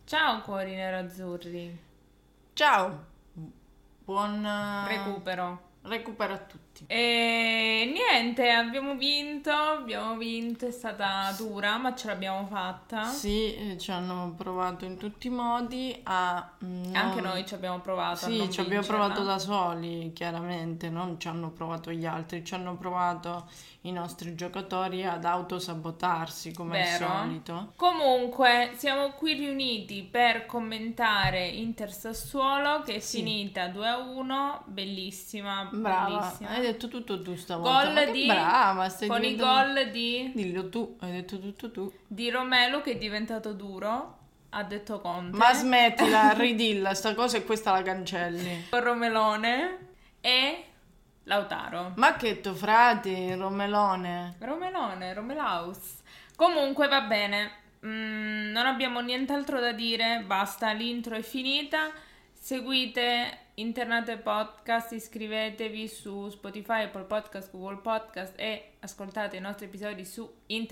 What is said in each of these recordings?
Ciao cuori nerazzurri. Ciao, buon recupero a tutti. E niente, abbiamo vinto, è stata dura, ma ce l'abbiamo fatta. Sì, ci hanno provato in tutti i modi a... Anche noi ci abbiamo provato a non Sì, ci abbiamo vincerla. provato da soli, chiaramente, non ci hanno provato gli altri, ci hanno provato i nostri giocatori ad autosabotarsi, come Vero? al solito. Comunque, siamo qui riuniti per commentare Inter Sassuolo, che è finita 2-1, bellissima, Brava, bellissima. hai detto tutto tu stavolta. Gol Ma che di... brava, stai con i diventando... gol di... Dillo tu, hai detto tutto tu. di Romelu, che è diventato duro, ha detto Conte. Ma smettila, ridilla, sta cosa e questa la cancelli. Romelone e Lautaro. Ma che tuo frati, Romelone? Romelaus. Comunque va bene. Non abbiamo nient'altro da dire. Basta, l'intro è finita. Seguite Internate Podcast, iscrivetevi su Spotify, Apple Podcast, Google Podcast e ascoltate i nostri episodi su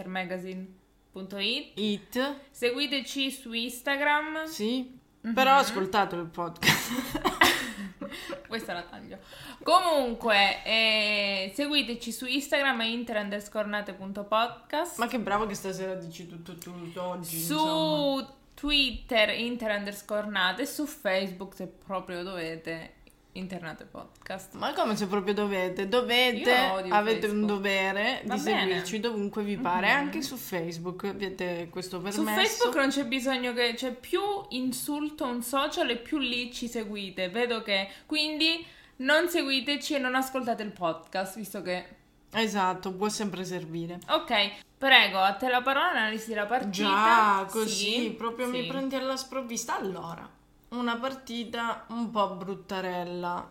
intermagazine.it. Seguiteci su Instagram. Sì, però ho ascoltato il podcast. Questa la taglio. Comunque, seguiteci su Instagram inter_nate.podcast. Ma che bravo che stasera dici tutto tu oggi, Su insomma. Twitter inter_nate e su Facebook, se proprio dovete, Internate Podcast. Ma come se proprio dovete? Io odio Avete Facebook. un dovere Va di bene. seguirci dovunque vi pare, anche su Facebook avete questo permesso. Su Facebook non c'è bisogno che... C'è più insulto un social e più lì ci seguite. Vedo che... Quindi non seguiteci e non ascoltate il podcast, visto che... Esatto, può sempre servire. Ok, prego, a te la parola, analisi della partita. Già, così, Sì, proprio sì. mi prendi alla sprovvista. Allora, una partita un po' bruttarella.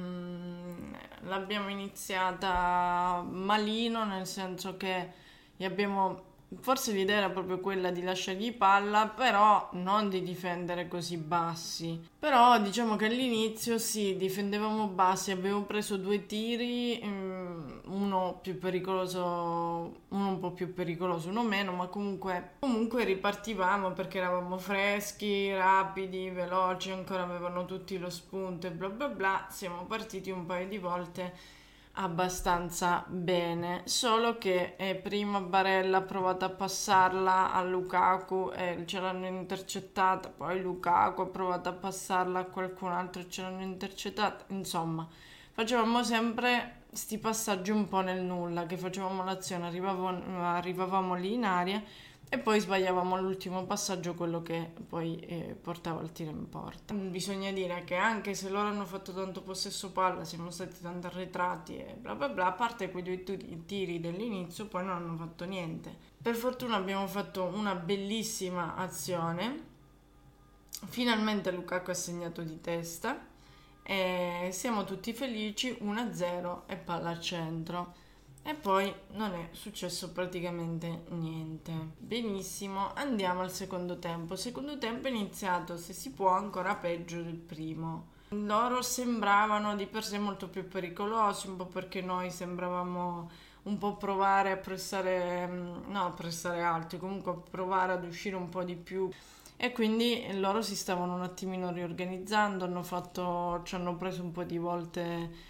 L'abbiamo iniziata malino, nel senso che gli abbiamo... Forse l'idea era proprio quella di lasciargli palla, però non di difendere così bassi. Però diciamo che all'inizio sì, difendevamo bassi, abbiamo preso 2 tiri, uno più pericoloso, uno un po' più pericoloso, uno meno, ma comunque ripartivamo perché eravamo freschi, rapidi, veloci, ancora avevano tutti lo spunto e bla bla bla. Siamo partiti un paio di volte abbastanza bene, solo che prima Barella ha provato a passarla a Lukaku e ce l'hanno intercettata, poi Lukaku ha provato a passarla a qualcun altro e ce l'hanno intercettata, insomma facevamo sempre sti passaggi un po' nel nulla, che facevamo l'azione, arrivavamo lì in aria e poi sbagliavamo all'ultimo passaggio, quello che poi portava al tiro in porta. Bisogna dire che anche se loro hanno fatto tanto possesso palla, siamo stati tanto arretrati e bla bla bla, a parte quei 2 tiri dell'inizio, poi non hanno fatto niente. Per fortuna abbiamo fatto una bellissima azione. Finalmente Lukaku ha segnato di testa e siamo tutti felici, 1-0 e palla al centro. E poi non è successo praticamente niente. Benissimo, andiamo al secondo tempo. Il secondo tempo è iniziato, se si può, ancora peggio del primo. Loro sembravano di per sé molto più pericolosi, un po' perché noi sembravamo un po' provare a pressare, no, a pressare alti, comunque a provare ad uscire un po' di più. E quindi loro si stavano un attimino riorganizzando, ci hanno preso un po' di volte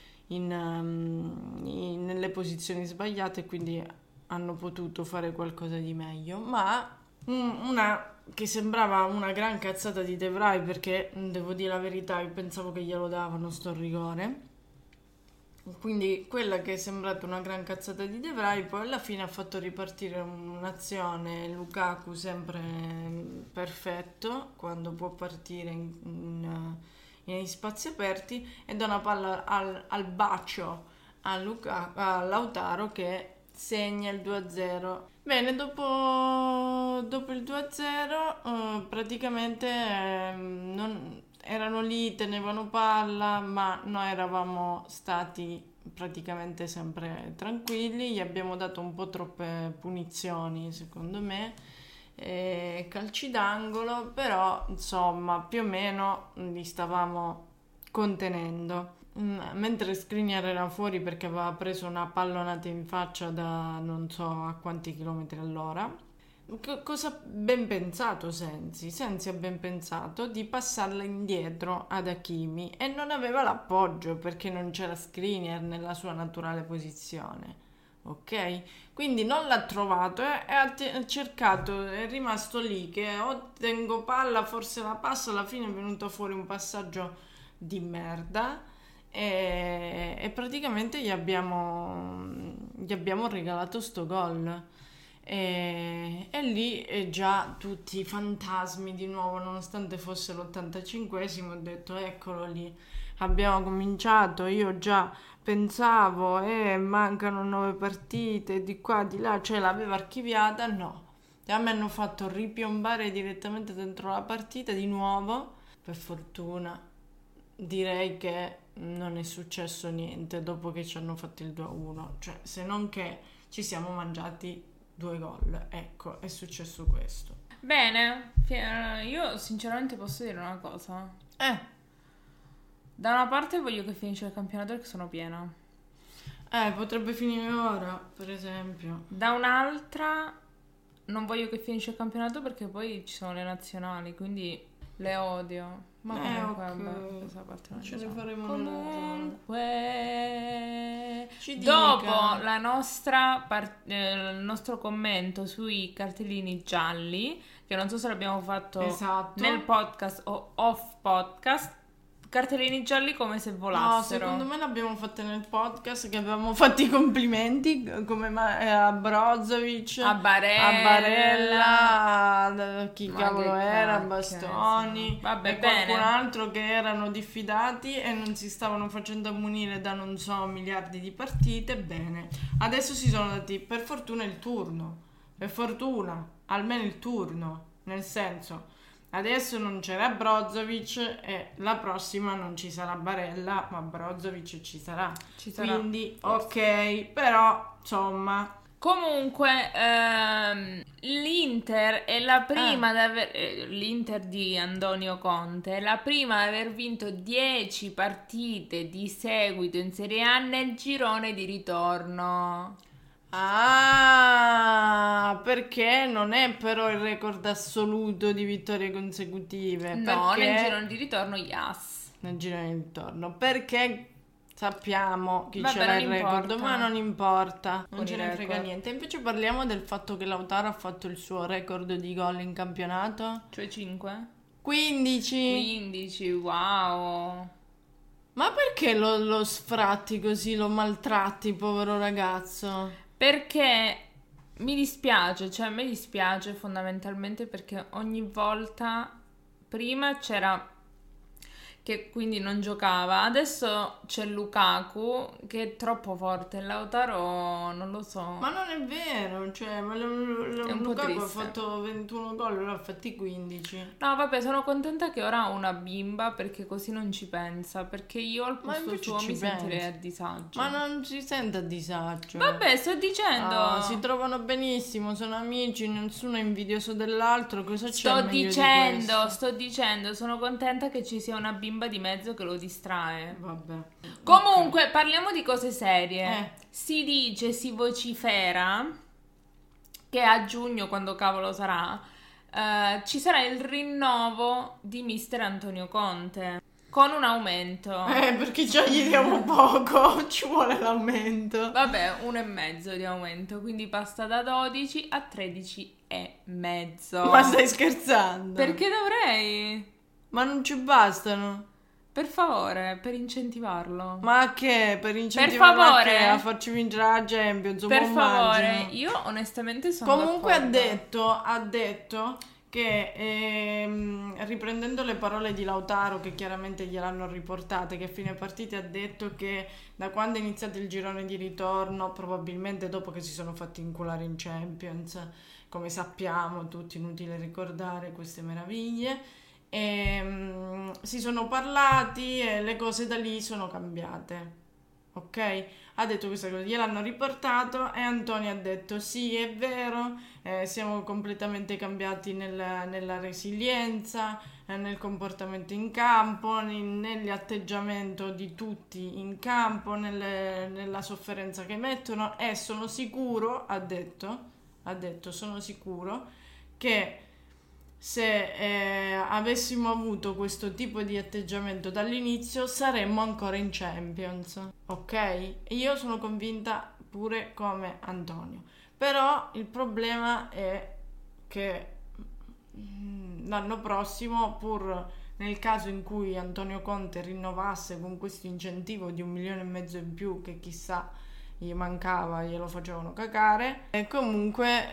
nelle posizioni sbagliate, quindi hanno potuto fare qualcosa di meglio, ma una che sembrava una gran cazzata di De Vrij, perché devo dire la verità, io pensavo che glielo davano sto rigore, quindi quella che è sembrata una gran cazzata di De Vrij poi alla fine ha fatto ripartire un'azione. Lukaku sempre perfetto quando può partire negli spazi aperti e dà una palla al bacio a Lautaro, che segna il 2-0. Bene, dopo il 2-0 praticamente erano lì, tenevano palla, ma noi eravamo stati praticamente sempre tranquilli. Gli abbiamo dato un po' troppe punizioni, secondo me, calci d'angolo, però insomma più o meno li stavamo contenendo. Mentre Skriniar era fuori perché aveva preso una pallonata in faccia da non so a quanti chilometri all'ora. cosa ha ben pensato Sensi? Sensi ha ben pensato di passarla indietro ad Hakimi e non aveva l'appoggio perché non c'era Skriniar nella sua naturale posizione. Ok? Quindi non l'ha trovato e ha cercato, è rimasto lì che o tengo palla, forse la passo, alla fine è venuto fuori un passaggio di merda e praticamente gli abbiamo regalato sto gol. E lì già tutti i fantasmi di nuovo, nonostante fosse l'85esimo, ho detto eccolo lì, abbiamo cominciato, io già pensavo mancano 9 partite di qua di là, cioè l'avevo archiviata, no, a me hanno fatto ripiombare direttamente dentro la partita di nuovo. Per fortuna direi che non è successo niente dopo che ci hanno fatto il 2-1, cioè se non che ci siamo mangiati 2 gol, ecco, è successo questo. Bene, io sinceramente posso dire una cosa. Da una parte voglio che finisca il campionato perché sono piena. Potrebbe finire ora, per esempio. Da un'altra non voglio che finisca il campionato perché poi ci sono le nazionali, quindi le odio. Ma comunque, ok. vabbè, questa parte non Ce ne so. faremo Comunque, Ci dopo dica. la nostra il nostro commento sui cartellini gialli, che non so se l'abbiamo fatto Esatto. nel podcast o off podcast, cartellini gialli come se No, volassero. secondo me l'abbiamo fatta nel podcast che avevamo fatto i complimenti come a Brozovic, A Barella, a chi Ma cavolo che era, a cacchio, Bastoni insomma. Vabbè, e qualcun bene. altro che erano diffidati e non si stavano facendo ammonire da non so miliardi di partite. Bene, adesso si sono dati per fortuna il turno, per fortuna, almeno il turno, nel senso... Adesso non c'era Brozovic e la prossima non ci sarà Barella, ma Brozovic ci sarà. Ci sarà. Quindi, ok, però, insomma... Comunque, l'Inter è la prima l'Inter di Antonio Conte è la prima ad aver vinto 10 partite di seguito in Serie A nel girone di ritorno. Ah, perché non è però il record assoluto di vittorie consecutive. No, perché... nel girone di ritorno, yes. Nel girone di ritorno. Perché... Sappiamo chi Vabbè, c'era non il record, importa. ma non importa, non Con ce i ne frega record. niente. Invece parliamo del fatto che Lautaro ha fatto il suo record di gol in campionato. Cioè 5? 15. 15, wow. Ma perché lo sfratti così, lo maltratti, povero ragazzo? Perché mi dispiace, cioè mi dispiace fondamentalmente perché ogni volta prima c'era che quindi non giocava, adesso c'è Lukaku che è troppo forte, Lautaro non lo so. Ma non è vero, cioè, ma È un po' Lukaku ha triste. fatto 21 gol, lui ha fatti 15. No, vabbè, sono contenta che ora ha una bimba perché così non ci pensa, perché io al Ma posto invece suo ci mi sentirei pensa. a disagio. Ma non si sente a disagio. Vabbè, sto dicendo. Si trovano benissimo, sono amici, nessuno è invidioso dell'altro. Cosa c'è Sto meglio di questo? dicendo, sono contenta che ci sia una bimba di mezzo che lo distrae. Vabbè. Comunque, parliamo di cose serie. Eh. Si dice, si vocifera che a giugno, quando cavolo sarà, ci sarà il rinnovo di Mister Antonio Conte con un aumento. Perché già gli diamo poco, ci vuole l'aumento. Vabbè, 1,5 di aumento, quindi passa da 12 a 13,5. Ma stai scherzando? Perché dovrei? Ma non ci bastano. Per favore, per incentivarlo. Ma che? Per incentivarlo a favore? che? A farci vincere la Champions? Per un favore, immagino. io onestamente sono Comunque d'accordo. ha detto che riprendendo le parole di Lautaro che chiaramente gliel'hanno riportate, che a fine partita ha detto che da quando è iniziato il girone di ritorno, probabilmente dopo che si sono fatti inculare in Champions, come sappiamo tutti, inutile ricordare queste meraviglie, si sono parlati e le cose da lì sono cambiate. Ok? Ha detto questa cosa, gliel'hanno riportato e Antonio ha detto sì, è vero, siamo completamente cambiati nella resilienza, nel comportamento in campo, nell'atteggiamento di tutti in campo, nella sofferenza che mettono e sono sicuro, ha detto, sono sicuro che se avessimo avuto questo tipo di atteggiamento dall'inizio saremmo ancora in Champions, ok? E io sono convinta pure come Antonio, però il problema è che l'anno prossimo, pur nel caso in cui Antonio Conte rinnovasse con questo incentivo di 1,5 milioni in più, che chissà gli mancava, glielo facevano cacare, e comunque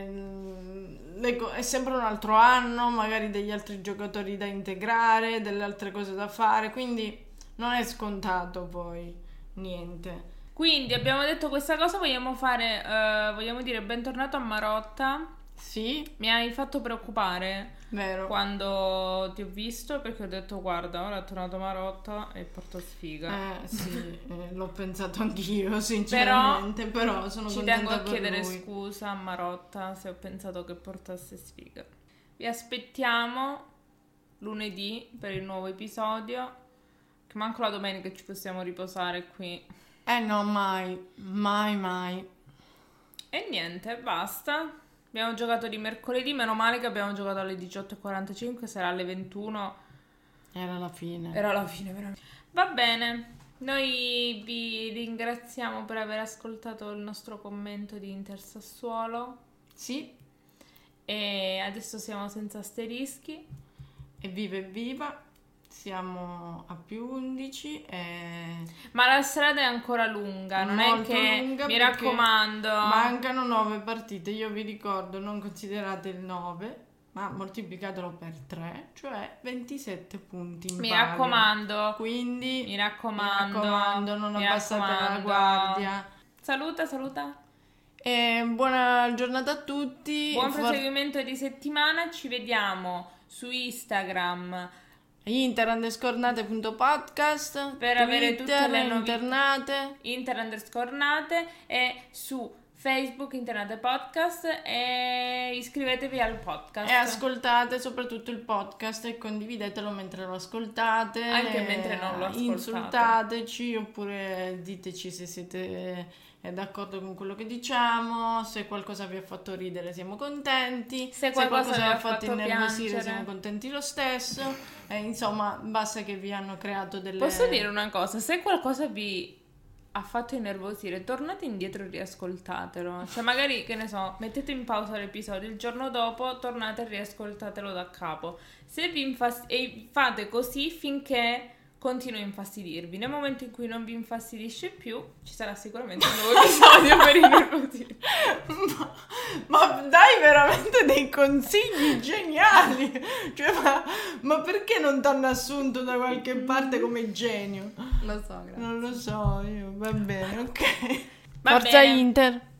è sempre un altro anno, magari degli altri giocatori da integrare, delle altre cose da fare, quindi non è scontato poi niente. Quindi abbiamo detto questa cosa, vogliamo dire bentornato a Marotta. Sì, Mi hai fatto preoccupare vero. quando ti ho visto, perché ho detto guarda, ora è tornato Marotta e porta sfiga. Sì, l'ho pensato anch'io sinceramente, però sono ci contenta tengo a per chiedere lui. scusa a Marotta se ho pensato che portasse sfiga. Vi aspettiamo lunedì per il nuovo episodio, che manco la domenica ci possiamo riposare qui. No, mai. E niente, basta. Abbiamo giocato di mercoledì, meno male che abbiamo giocato alle 18:45, sarà alle 21. Era la fine. Era la fine, veramente. Va bene, noi vi ringraziamo per aver ascoltato il nostro commento di Inter Sassuolo. Sì, E adesso siamo senza asterischi. evviva, siamo a +11 e Ma la strada è ancora lunga, non è molto che, lunga mi perché raccomando, mancano 9 partite. Io vi ricordo, non considerate il 9, ma moltiplicatelo per 3, cioè 27 punti in mi palio. raccomando, Quindi mi raccomando, non mi abbassate la raccomando. guardia. Saluta. E buona giornata a tutti. Buon proseguimento di settimana, ci vediamo su Instagram Inter_nate.podcast per avere tutte le novità. Internate. Inter_nate e su Facebook Internate Podcast, e iscrivetevi al podcast. E ascoltate soprattutto il podcast e condividetelo mentre lo ascoltate. Anche mentre non lo ascoltate. Insultateci oppure diteci se siete d'accordo con quello che diciamo, se qualcosa vi ha fatto ridere siamo contenti, Se qualcosa qualcosa vi vi ha ha fatto fatto innervosire piangere. siamo contenti lo stesso. Insomma, basta che vi hanno creato delle... Posso dire una cosa? Se qualcosa vi ha fatto innervosire, tornate indietro e riascoltatelo. Cioè magari, che ne so, mettete in pausa l'episodio, il giorno dopo tornate e riascoltatelo da capo. Se vi e fate così finché continua a infastidirvi. Nel momento in cui non vi infastidisce più, ci sarà sicuramente un nuovo episodio per innervosire. ma dai veramente dei consigli geniali. Cioè, ma perché non ti hanno assunto da qualche parte come genio? Lo so, grazie. Non lo so io, va bene, ok. Va Forza bene. Inter.